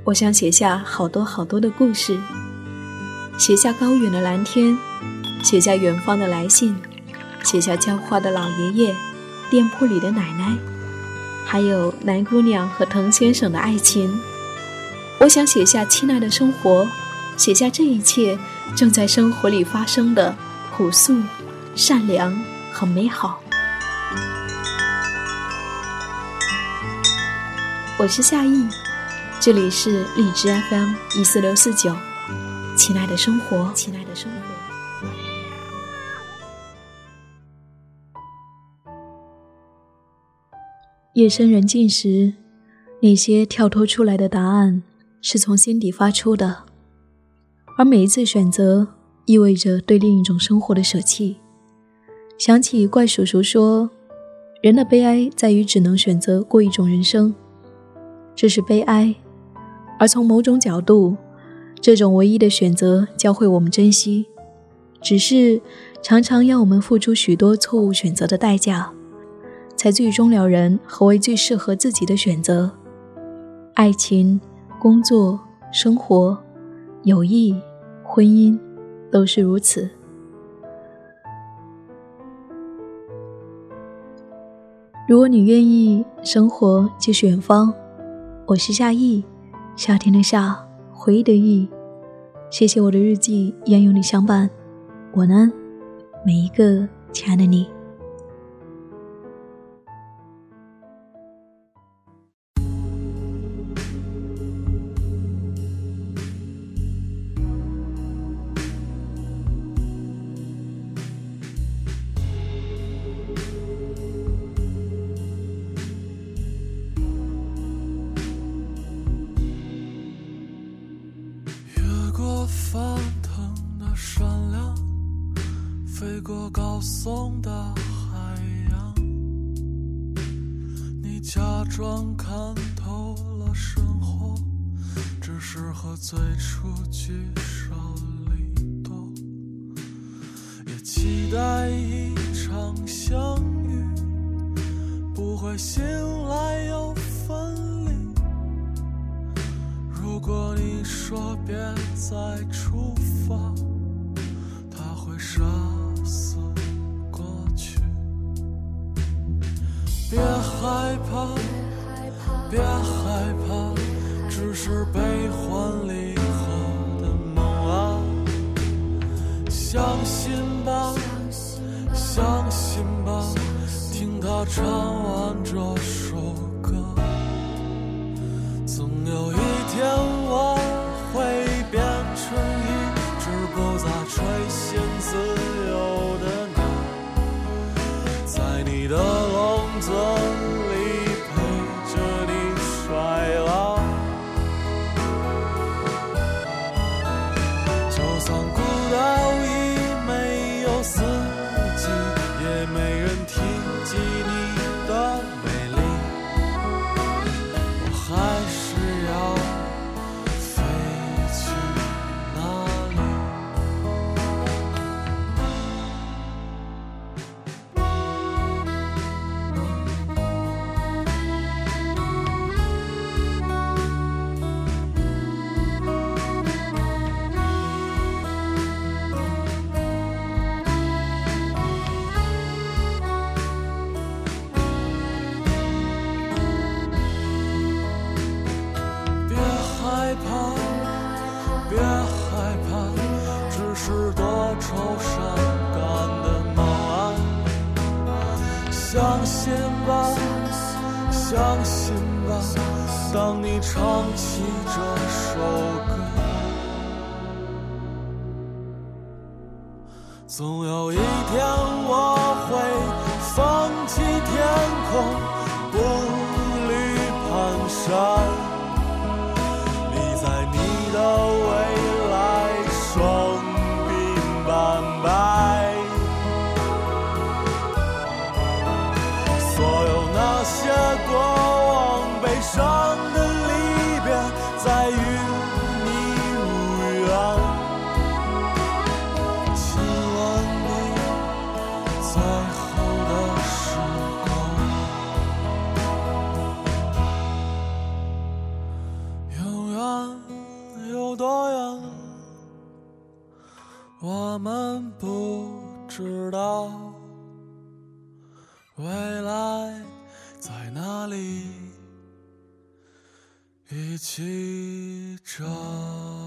我想写下好多好多的故事，写下高远的蓝天，写下远方的来信，写下浇花的老爷爷，店铺里的奶奶，还有南姑娘和滕先生的爱情。我想写下亲爱的生活，写下这一切正在生活里发生的朴素、善良和美好。我是夏意，这里是荔枝 FM14649，亲爱的生活，亲爱的生活。夜深人静时，那些跳脱出来的答案是从心底发出的，而每一次选择意味着对另一种生活的舍弃。想起怪叔叔说，人的悲哀在于只能选择过一种人生，这是悲哀，而从某种角度，这种唯一的选择教会我们珍惜，只是常常要我们付出许多错误选择的代价，才最终了然何为最适合自己的选择。爱情、工作、生活、友谊、婚姻都是如此。如果你愿意，生活就是远方。我是夏意，夏天的夏，回忆的忆。谢谢我的日记依然有你相伴，晚安，每一个亲爱的你。 翻腾的山梁，飞过高耸的海洋，你假装看透了生活，只适合最初聚少离多，也期待一场相遇，不会醒来又分离。如果你说别再出发，它会杀死过去。别害怕，别害怕，只是悲欢离合的梦啊。相信吧，相信吧，听他唱完这首歌，总有一天我会变成一只不再垂涎自由的鸟，在你的笼子里陪着你衰老。就算孤岛已没有四季，也没人提及你的美丽，我还是要飞去哪里？别害怕，别害怕，只是多愁善感的梦啊。相信吧，相信吧，当你唱起这首歌，总有一天我会放弃天空，步履蹒跚，你在你的未来双鬓斑白，所有那些过往悲伤的离别，在与你无缘。亲吻你最后的时光，永远我们不知道未来在哪里，一起找。